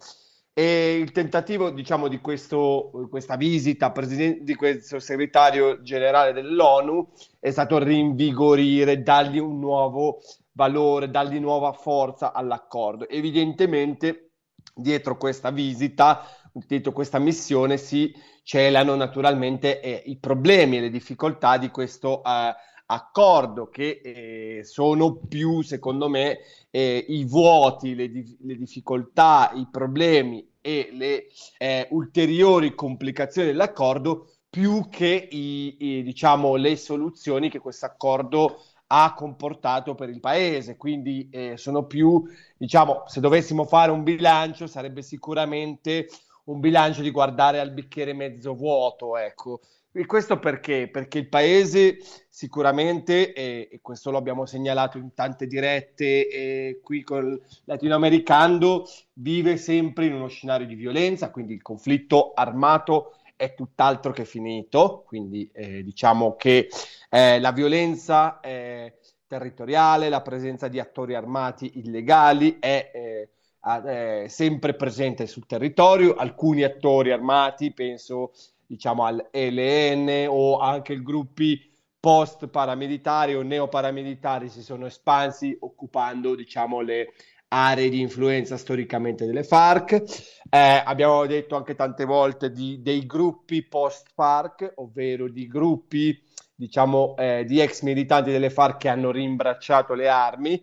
E il tentativo, diciamo, di questo, questa visita president- di questo segretario generale dell'ONU è stato rinvigorire, dargli un nuovo valore, dargli nuova forza all'accordo. Evidentemente dietro questa visita, dietro questa missione si celano naturalmente eh, i problemi e le difficoltà di questo eh, accordo, che eh, sono più, secondo me, eh, i vuoti, le, di- le difficoltà, i problemi e le eh, ulteriori complicazioni dell'accordo, più che i, i, diciamo, le soluzioni che questo accordo ha comportato per il paese. Quindi eh, sono più, diciamo, se dovessimo fare un bilancio, sarebbe sicuramente un bilancio di guardare al bicchiere mezzo vuoto, ecco. E questo perché? Perché il paese sicuramente, eh, e questo lo abbiamo segnalato in tante dirette eh, qui con Latinoamericano, vive sempre in uno scenario di violenza, quindi il conflitto armato è tutt'altro che finito, quindi eh, diciamo che eh, la violenza eh, territoriale, la presenza di attori armati illegali è eh, eh, sempre presente sul territorio. Alcuni attori armati, penso diciamo al E L N o anche i gruppi post paramilitari o neoparamilitari, si sono espansi occupando, diciamo, le aree di influenza storicamente delle FARC. Eh, abbiamo detto anche tante volte di, dei gruppi post-FARC, ovvero di gruppi, diciamo, eh, di ex militanti delle FARC che hanno rimbracciato le armi,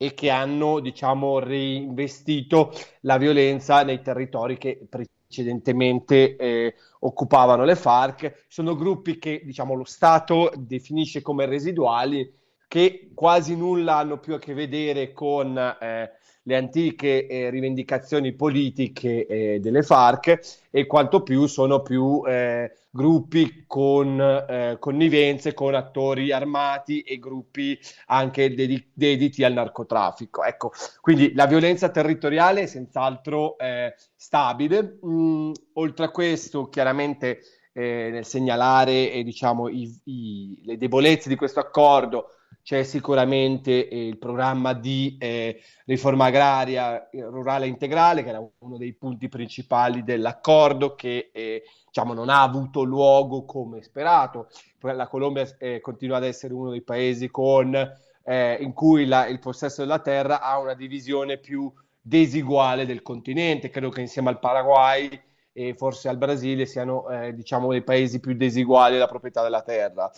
e che hanno, diciamo, reinvestito la violenza nei territori che precedentemente eh, occupavano le FARC. Sono gruppi che, diciamo, lo Stato definisce come residuali, che quasi nulla hanno più a che vedere con eh, le antiche eh, rivendicazioni politiche eh, delle FARC, e quanto più sono più eh, gruppi con eh, connivenze con attori armati e gruppi anche dedi- dediti al narcotraffico. Ecco, quindi la violenza territoriale è senz'altro eh, stabile. Mm, oltre a questo, chiaramente eh, nel segnalare eh, diciamo, i, i, le debolezze di questo accordo, c'è sicuramente eh, il programma di eh, riforma agraria eh, rurale integrale, che era uno dei punti principali dell'accordo, che eh, diciamo, non ha avuto luogo come sperato. La Colombia eh, continua ad essere uno dei paesi con, eh, in cui la, il possesso della terra ha una divisione più desiguale del continente. Credo che insieme al Paraguay e forse al Brasile siano eh, diciamo, dei paesi più desiguali della proprietà della terra.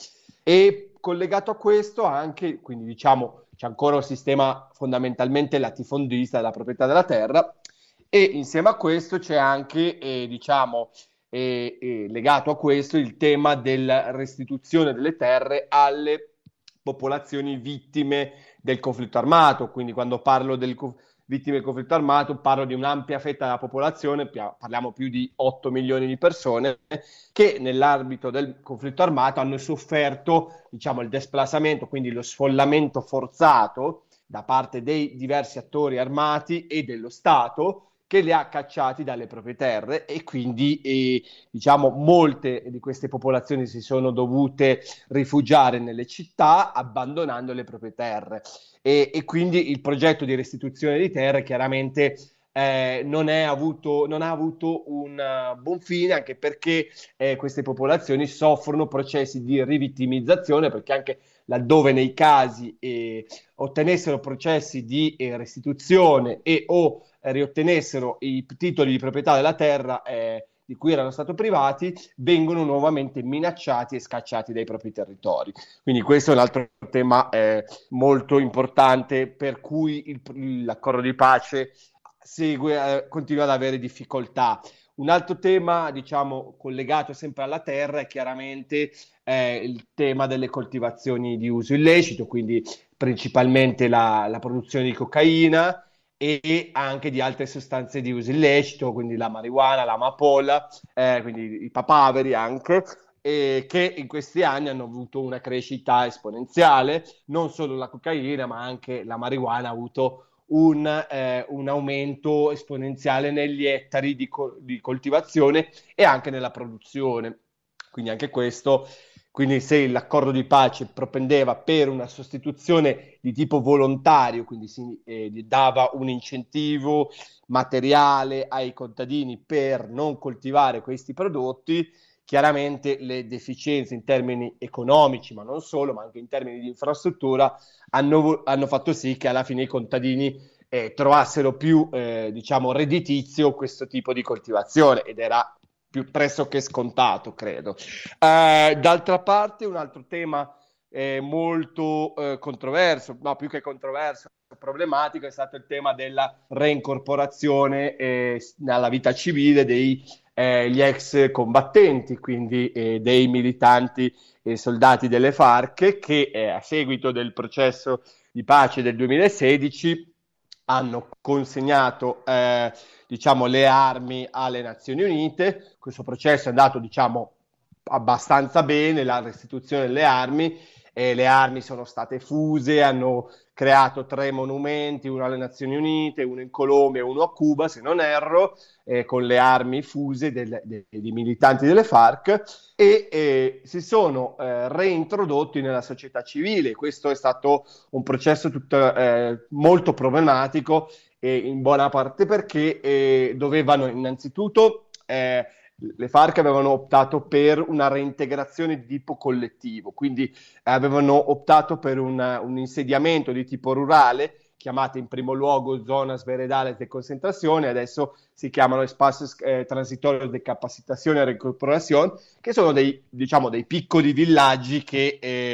E collegato a questo anche, quindi diciamo, c'è ancora un sistema fondamentalmente latifondista della proprietà della terra, e insieme a questo c'è anche, eh, diciamo, eh, eh, legato a questo il tema della restituzione delle terre alle popolazioni vittime del conflitto armato. Quindi quando parlo del co- vittime del conflitto armato parlo di un'ampia fetta della popolazione, parliamo più di otto milioni di persone che nell'ambito del conflitto armato hanno sofferto, diciamo, il desplazamento, quindi lo sfollamento forzato da parte dei diversi attori armati e dello Stato, che li ha cacciati dalle proprie terre, e quindi eh, diciamo molte di queste popolazioni si sono dovute rifugiare nelle città abbandonando le proprie terre. E, e quindi il progetto di restituzione di terre chiaramente eh, non, è avuto, non ha avuto un uh, buon fine, anche perché eh, queste popolazioni soffrono processi di rivittimizzazione, perché anche laddove nei casi eh, ottenessero processi di eh, restituzione e o eh, riottenessero i titoli di proprietà della terra eh, di cui erano stati privati, vengono nuovamente minacciati e scacciati dai propri territori. Quindi questo è un altro tema eh, molto importante, per cui il, l'accordo di pace segue, eh, continua ad avere difficoltà. Un altro tema, diciamo, collegato sempre alla terra è chiaramente eh, il tema delle coltivazioni di uso illecito, quindi principalmente la, la produzione di cocaina e anche di altre sostanze di uso illecito, quindi la marijuana, l'amapola, eh, quindi i papaveri anche, eh, che in questi anni hanno avuto una crescita esponenziale. Non solo la cocaina, ma anche la marijuana ha avuto un, eh, un aumento esponenziale negli ettari di, co- di coltivazione e anche nella produzione. Quindi anche questo... Quindi se l'accordo di pace propendeva per una sostituzione di tipo volontario, quindi si eh, dava un incentivo materiale ai contadini per non coltivare questi prodotti, chiaramente le deficienze in termini economici, ma non solo, ma anche in termini di infrastruttura, hanno, hanno fatto sì che alla fine i contadini eh, trovassero più, eh, diciamo, redditizio questo tipo di coltivazione, ed era più pressoché scontato, credo. Eh, d'altra parte, un altro tema eh, molto eh, controverso, no, più che controverso, problematico, è stato il tema della reincorporazione eh, alla vita civile degli eh, ex combattenti, quindi eh, dei militanti e soldati delle FARC, che eh, a seguito del processo di pace del duemilasedici hanno consegnato eh, diciamo, le armi alle Nazioni Unite. Questo processo è andato, diciamo, abbastanza bene, la restituzione delle armi, e le armi sono state fuse, hanno creato tre monumenti, uno alle Nazioni Unite, uno in Colombia e uno a Cuba, se non erro, eh, con le armi fuse del, de, dei militanti delle FARC, e eh, si sono eh, reintrodotti nella società civile. Questo è stato un processo tutto, eh, molto problematico, eh, in buona parte perché eh, dovevano innanzitutto... Eh, le FARC avevano optato per una reintegrazione di tipo collettivo, quindi avevano optato per una, un insediamento di tipo rurale, chiamate in primo luogo zonas veredales de concentrazione, adesso si chiamano espacios eh, transitorios de capacitazione e reincorporación, che sono dei, diciamo, dei piccoli villaggi che eh,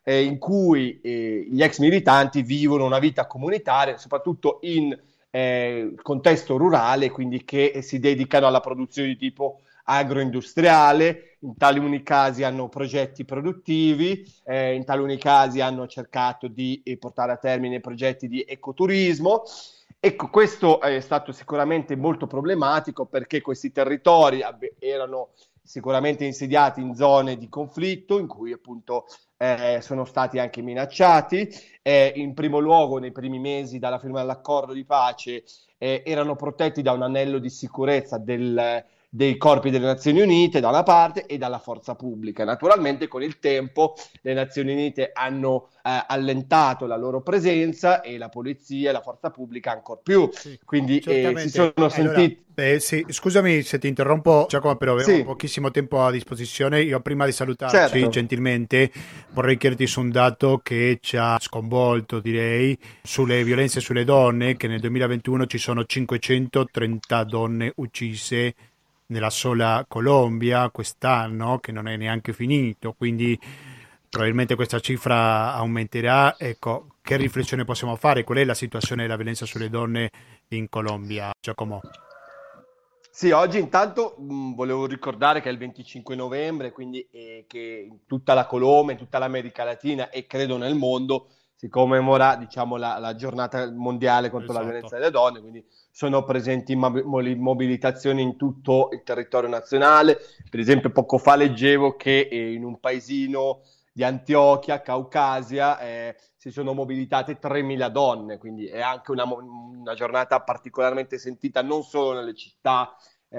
eh, in cui eh, gli ex militanti vivono una vita comunitaria, soprattutto in eh, contesto rurale, quindi che si dedicano alla produzione di tipo agroindustriale, in taluni casi hanno progetti produttivi, eh, in taluni casi hanno cercato di eh, portare a termine progetti di ecoturismo. Ecco, questo è stato sicuramente molto problematico perché questi territori ab- erano sicuramente insediati in zone di conflitto in cui appunto eh, sono stati anche minacciati. Eh, in primo luogo, nei primi mesi dalla firma dell'accordo di pace, eh, erano protetti da un anello di sicurezza del dei corpi delle Nazioni Unite da una parte e dalla forza pubblica. Naturalmente con il tempo le Nazioni Unite hanno eh, allentato la loro presenza e la polizia e la forza pubblica ancor più, sì, quindi eh, si sono sentiti... Allora, eh, sì, scusami se ti interrompo Giacomo, però avevo sì. pochissimo tempo a disposizione. Io prima di salutarci certo. gentilmente vorrei chiederti su un dato che ci ha sconvolto, direi, sulle violenze sulle donne, che nel duemilaventuno ci sono cinquecentotrenta donne uccise nella sola Colombia quest'anno, che non è neanche finito, quindi probabilmente questa cifra aumenterà. Ecco, che riflessione possiamo fare? Qual è la situazione della violenza sulle donne in Colombia, Giacomo? Sì, oggi intanto mh, volevo ricordare che è il venticinque novembre, quindi eh, che in tutta la Colombia, in tutta l'America Latina e credo nel mondo si commemora, diciamo, la, la giornata mondiale contro esatto. la violenza delle donne, quindi sono presenti mobilitazioni in tutto il territorio nazionale. Per esempio poco fa leggevo che eh, in un paesino di Antiochia, Caucasia, eh, si sono mobilitate tremila donne, quindi è anche una, una giornata particolarmente sentita non solo nelle città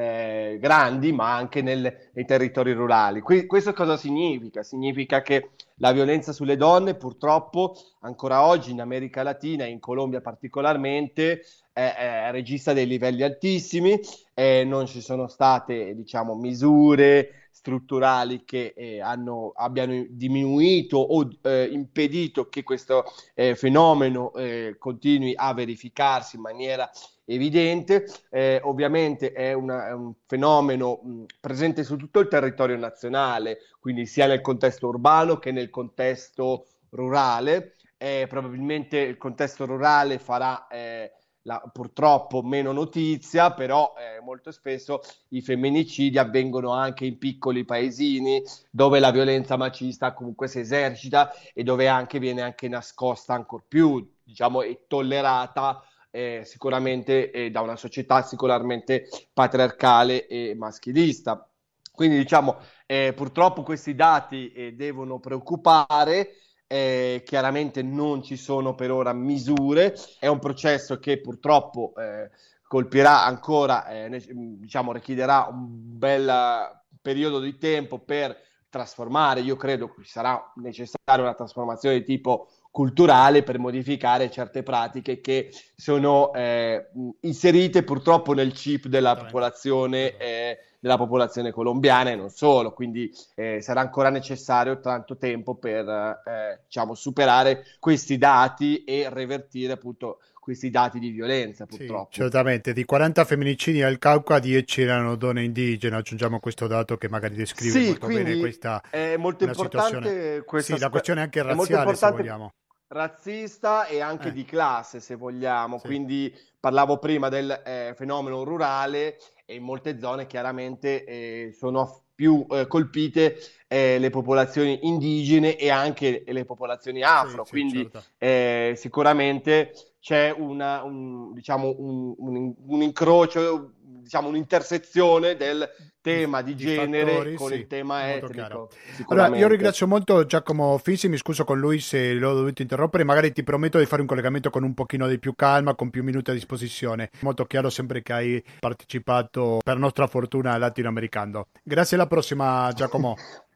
eh, grandi, ma anche nel, nei territori rurali. Qui, questo cosa significa? Significa che la violenza sulle donne purtroppo ancora oggi in America Latina e in Colombia particolarmente eh, eh, registra dei livelli altissimi, eh, non ci sono state, diciamo, misure strutturali che eh, hanno, abbiano diminuito o eh, impedito che questo eh, fenomeno eh, continui a verificarsi in maniera evidente. Eh, ovviamente è, una, è un fenomeno mh, presente su tutto il territorio nazionale, quindi sia nel contesto urbano che nel contesto rurale. Eh, probabilmente il contesto rurale farà eh, la, purtroppo meno notizia, però eh, molto spesso i femminicidi avvengono anche in piccoli paesini dove la violenza macista comunque si esercita e dove anche viene anche nascosta ancor più, diciamo, e tollerata eh, sicuramente eh, da una società sicuramente patriarcale e maschilista. Quindi diciamo eh, purtroppo questi dati eh, devono preoccupare. Eh, chiaramente non ci sono per ora misure, è un processo che purtroppo eh, colpirà ancora, eh, ne- diciamo richiederà un bel periodo di tempo per trasformare. Io credo che sarà necessaria una trasformazione di tipo culturale per modificare certe pratiche che sono eh, inserite purtroppo nel chip della popolazione eh, della popolazione colombiana e non solo, quindi eh, sarà ancora necessario tanto tempo per eh, diciamo superare questi dati e revertire appunto questi dati di violenza, purtroppo. Sì, certamente, di quaranta femminicidi al Cauca, dieci erano donne indigene. Aggiungiamo questo dato che magari descrive sì, molto bene questa è molto importante situazione. questa sì, la questione anche è razziale, se vogliamo. Razzista e anche Eh. di classe, se vogliamo. Sì. Quindi parlavo prima del eh, fenomeno rurale e in molte zone chiaramente eh, sono più eh, colpite eh, le popolazioni indigene e anche le popolazioni afro, Sì, sì, quindi certo. eh, sicuramente c'è una, un, diciamo un, un, un incrocio, diciamo un'intersezione del tema di, Di genere fattori, con sì, il tema molto etnico. chiaro. Sicuramente. Allora, io ringrazio molto Giacomo Finzi, mi scuso con lui se l'ho dovuto interrompere, magari ti prometto di fare un collegamento con un pochino di più calma, con più minuti a disposizione. Molto chiaro sempre che hai partecipato, per nostra fortuna, al latinoamericano. Grazie, alla prossima Giacomo.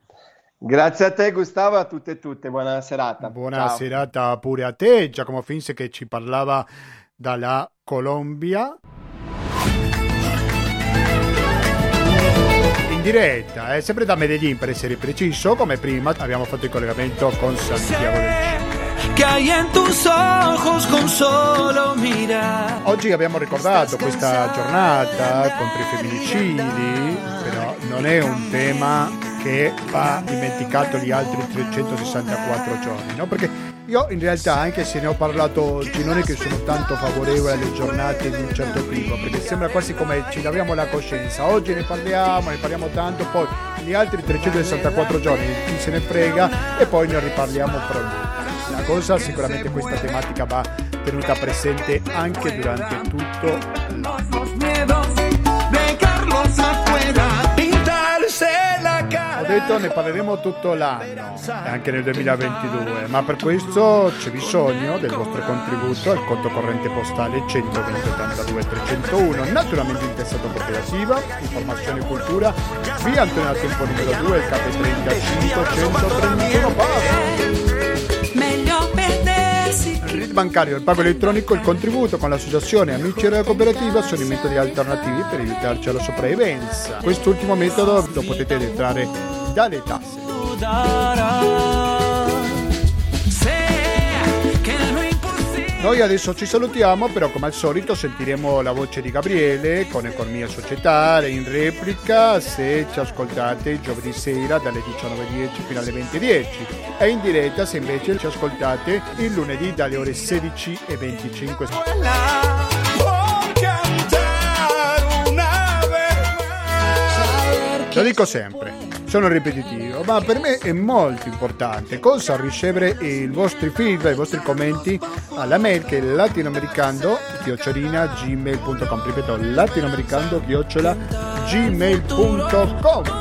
Grazie a te Gustavo e a tutte e tutte, buona serata. Buona Ciao. serata pure a te, Giacomo Finzi, che ci parlava dalla Colombia. In diretta, eh, sempre da Medellín per essere preciso, come prima abbiamo fatto il collegamento con Santiago del Cile. Que hay en tus ojos con solo mirar. Oggi abbiamo ricordato questa giornata contro i femminicidi, però non è un tema che va dimenticato gli altri trecentosessantaquattro giorni, no? Perché io in realtà, anche se ne ho parlato oggi, non è che sono tanto favorevole alle giornate di un certo tipo, perché sembra quasi come ci laviamo la coscienza, oggi ne parliamo, ne parliamo tanto, poi gli altri trecentosessantaquattro giorni chi se ne frega e poi ne riparliamo pronto. La cosa, sicuramente questa tematica va tenuta presente anche durante tutto l'anno. Ho detto ne parleremo tutto l'anno, anche nel duemilaventidue, ma per questo c'è bisogno del vostro contributo al conto corrente postale centoventi ottantadue trecentouno, naturalmente intestato cooperativa, informazione e cultura, via Antonio Tempo numero due, il K trentacinque centotrentuno Padova. Il R I D bancario, il pago elettronico, il contributo con l'associazione Amici della Cooperativa sono i metodi alternativi per aiutarci alla sopravvivenza. Quest'ultimo metodo lo potete detrarre dalle tasse. Noi adesso ci salutiamo, però come al solito sentiremo la voce di Gabriele con Economia Societaria in replica se ci ascoltate il giovedì sera dalle diciannove e dieci fino alle venti e dieci e in diretta se invece ci ascoltate il lunedì dalle ore sedici e venticinque. Lo dico sempre, sono ripetitivo, ma per me è molto importante cosa ricevere i vostri feedback, i vostri commenti alla mail che è latinoamericano chiocciolina gmail punto com, ripeto, latinoamericano chiocciola gmail punto com.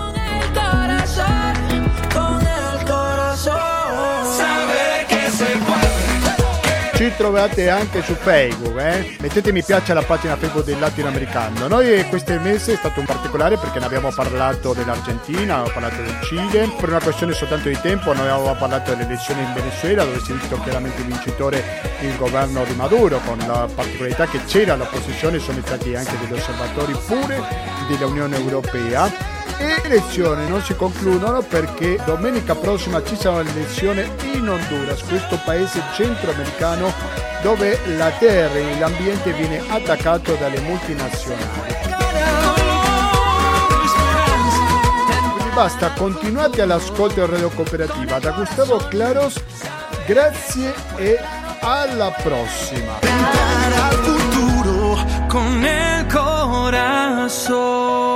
Ci trovate anche su Facebook, eh? Mettete mi piace alla pagina Facebook del Latinoamericano. Noi questo mese è stato un particolare perché ne abbiamo parlato dell'Argentina, abbiamo parlato del Cile, per una questione soltanto di tempo noi avevamo parlato delle elezioni in Venezuela dove si è visto chiaramente vincitore il governo di Maduro, con la particolarità che c'era l'opposizione, sono stati anche degli osservatori pure dell'Unione Europea. E le elezioni non si concludono perché domenica prossima ci sarà l'elezione in Honduras, questo paese centroamericano dove la terra e l'ambiente viene attaccato dalle multinazionali. Quindi basta, continuate all'ascolto del Radio Cooperativa. Da Gustavo Claros, grazie e alla prossima. Al futuro con el corazón.